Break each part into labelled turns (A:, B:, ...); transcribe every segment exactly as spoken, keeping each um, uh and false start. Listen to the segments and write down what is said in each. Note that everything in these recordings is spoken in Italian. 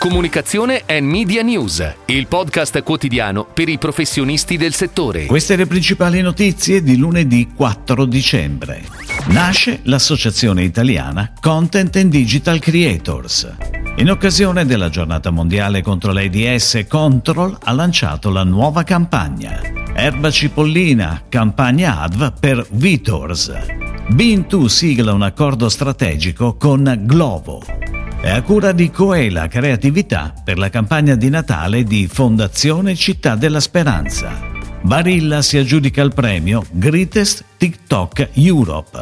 A: Comunicazione and Media News, il podcast quotidiano per i professionisti del settore.
B: Queste le principali notizie di lunedì quattro dicembre. Nasce l'Associazione Italiana Content and Digital Creators. In occasione della giornata mondiale contro l'AIDS, Control ha lanciato la nuova campagna. Erba cipollina, campagna A D V per Vitors. Bintu sigla un accordo strategico con Glovo. È a cura di Coe la creatività per la campagna di Natale di Fondazione Città della Speranza. Barilla si aggiudica il premio Greatest TikTok Europe.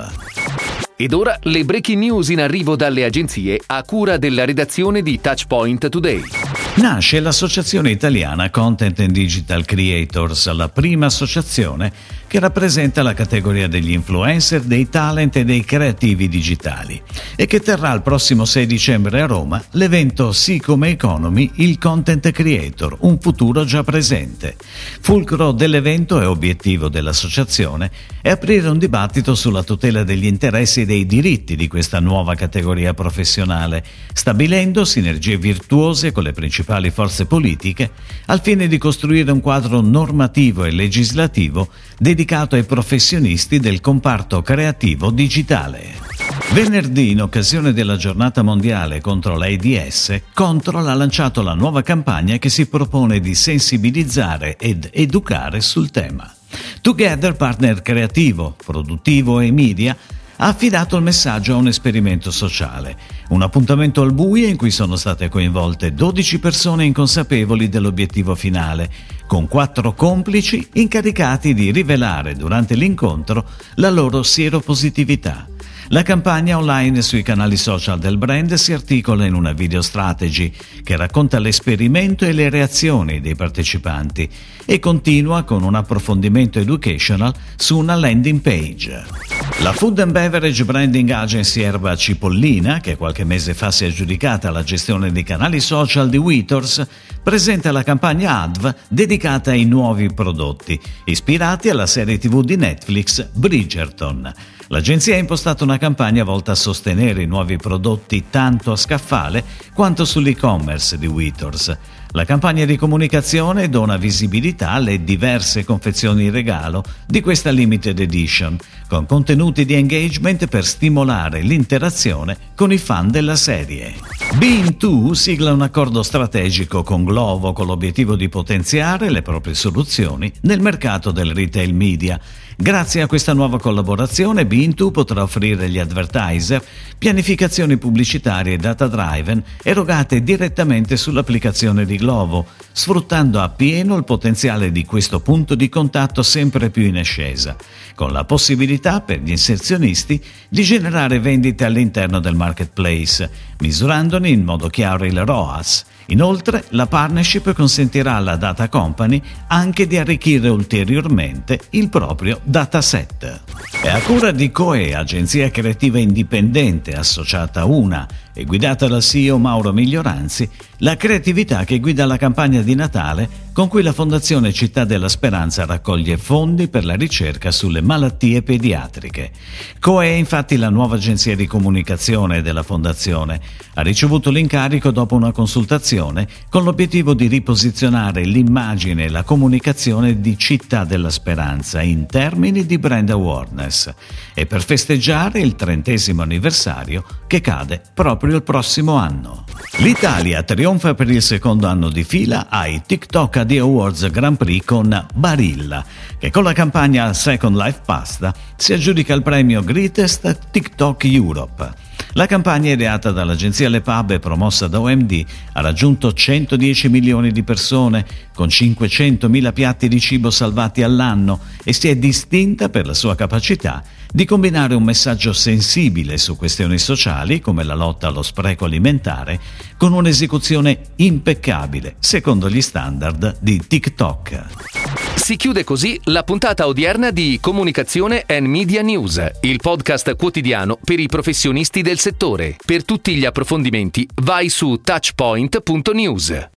A: Ed ora le breaking news in arrivo dalle agenzie a cura della redazione di Touchpoint Today.
B: Nasce l'Associazione Italiana Content and Digital Creators, la prima associazione che rappresenta la categoria degli influencer, dei talent e dei creativi digitali e che terrà il prossimo sei dicembre a Roma l'evento Sicome Economy, il Content Creator, un futuro già presente. Fulcro dell'evento e obiettivo dell'associazione è aprire un dibattito sulla tutela degli interessi e dei diritti di questa nuova categoria professionale, stabilendo sinergie virtuose con le principali forze politiche al fine di costruire un quadro normativo e legislativo dedicato ai professionisti del comparto creativo digitale. Venerdì, in occasione della giornata mondiale contro l'AIDS, Control ha lanciato la nuova campagna che si propone di sensibilizzare ed educare sul tema. Together, partner creativo, produttivo e media, ha affidato il messaggio a un esperimento sociale, un appuntamento al buio in cui sono state coinvolte dodici persone inconsapevoli dell'obiettivo finale, con quattro complici incaricati di rivelare durante l'incontro la loro sieropositività. La campagna online sui canali social del brand si articola in una video strategy che racconta l'esperimento e le reazioni dei partecipanti e continua con un approfondimento educational su una landing page. La Food and Beverage Branding Agency Erba Cipollina, che qualche mese fa si è aggiudicata la gestione dei canali social di Vitors, presenta la campagna A D V dedicata ai nuovi prodotti, ispirati alla serie tivù di Netflix Bridgerton. L'agenzia ha impostato una campagna volta a sostenere i nuovi prodotti tanto a scaffale quanto sull'e-commerce di Vitors. La campagna di comunicazione dona visibilità alle diverse confezioni regalo di questa limited edition, con contenuti di engagement per stimolare l'interazione con i fan della serie. Bintu sigla un accordo strategico con Glovo con l'obiettivo di potenziare le proprie soluzioni nel mercato del retail media. Grazie a questa nuova collaborazione, Bintu potrà offrire agli advertiser pianificazioni pubblicitarie data-driven erogate direttamente sull'applicazione di Glovo, sfruttando appieno il potenziale di questo punto di contatto sempre più in ascesa, con la possibilità per gli inserzionisti di generare vendite all'interno del marketplace, misurandone in modo chiaro il R O A S. Inoltre, la partnership consentirà alla data company anche di arricchire ulteriormente il proprio dataset. È a cura di Coe, agenzia creativa indipendente associata a Una e guidata dal C E O Mauro Miglioranzi, la creatività che guida la campagna di Natale con cui la Fondazione Città della Speranza raccoglie fondi per la ricerca sulle malattie pediatriche. Coe è infatti la nuova agenzia di comunicazione della Fondazione. Ha ricevuto l'incarico dopo una consultazione con l'obiettivo di riposizionare l'immagine e la comunicazione di Città della Speranza in termini di brand awareness e per festeggiare il trentesimo anniversario che cade proprio il prossimo anno. L'Italia trionfa per il secondo anno di fila ai TikTok A D Awards Grand Prix con Barilla, che con la campagna Second Life Pasta si aggiudica il premio Greatest TikTok Europe. La campagna, ideata dall'agenzia Le Pub e promossa da O M D, ha raggiunto centodieci milioni di persone con cinquecentomila piatti di cibo salvati all'anno e si è distinta per la sua capacità di combinare un messaggio sensibile su questioni sociali come la lotta allo spreco alimentare con un'esecuzione impeccabile secondo gli standard di TikTok.
A: Si chiude così la puntata odierna di Comunicazione and Media News, il podcast quotidiano per i professionisti del settore. Per tutti gli approfondimenti vai su touchpoint punto news.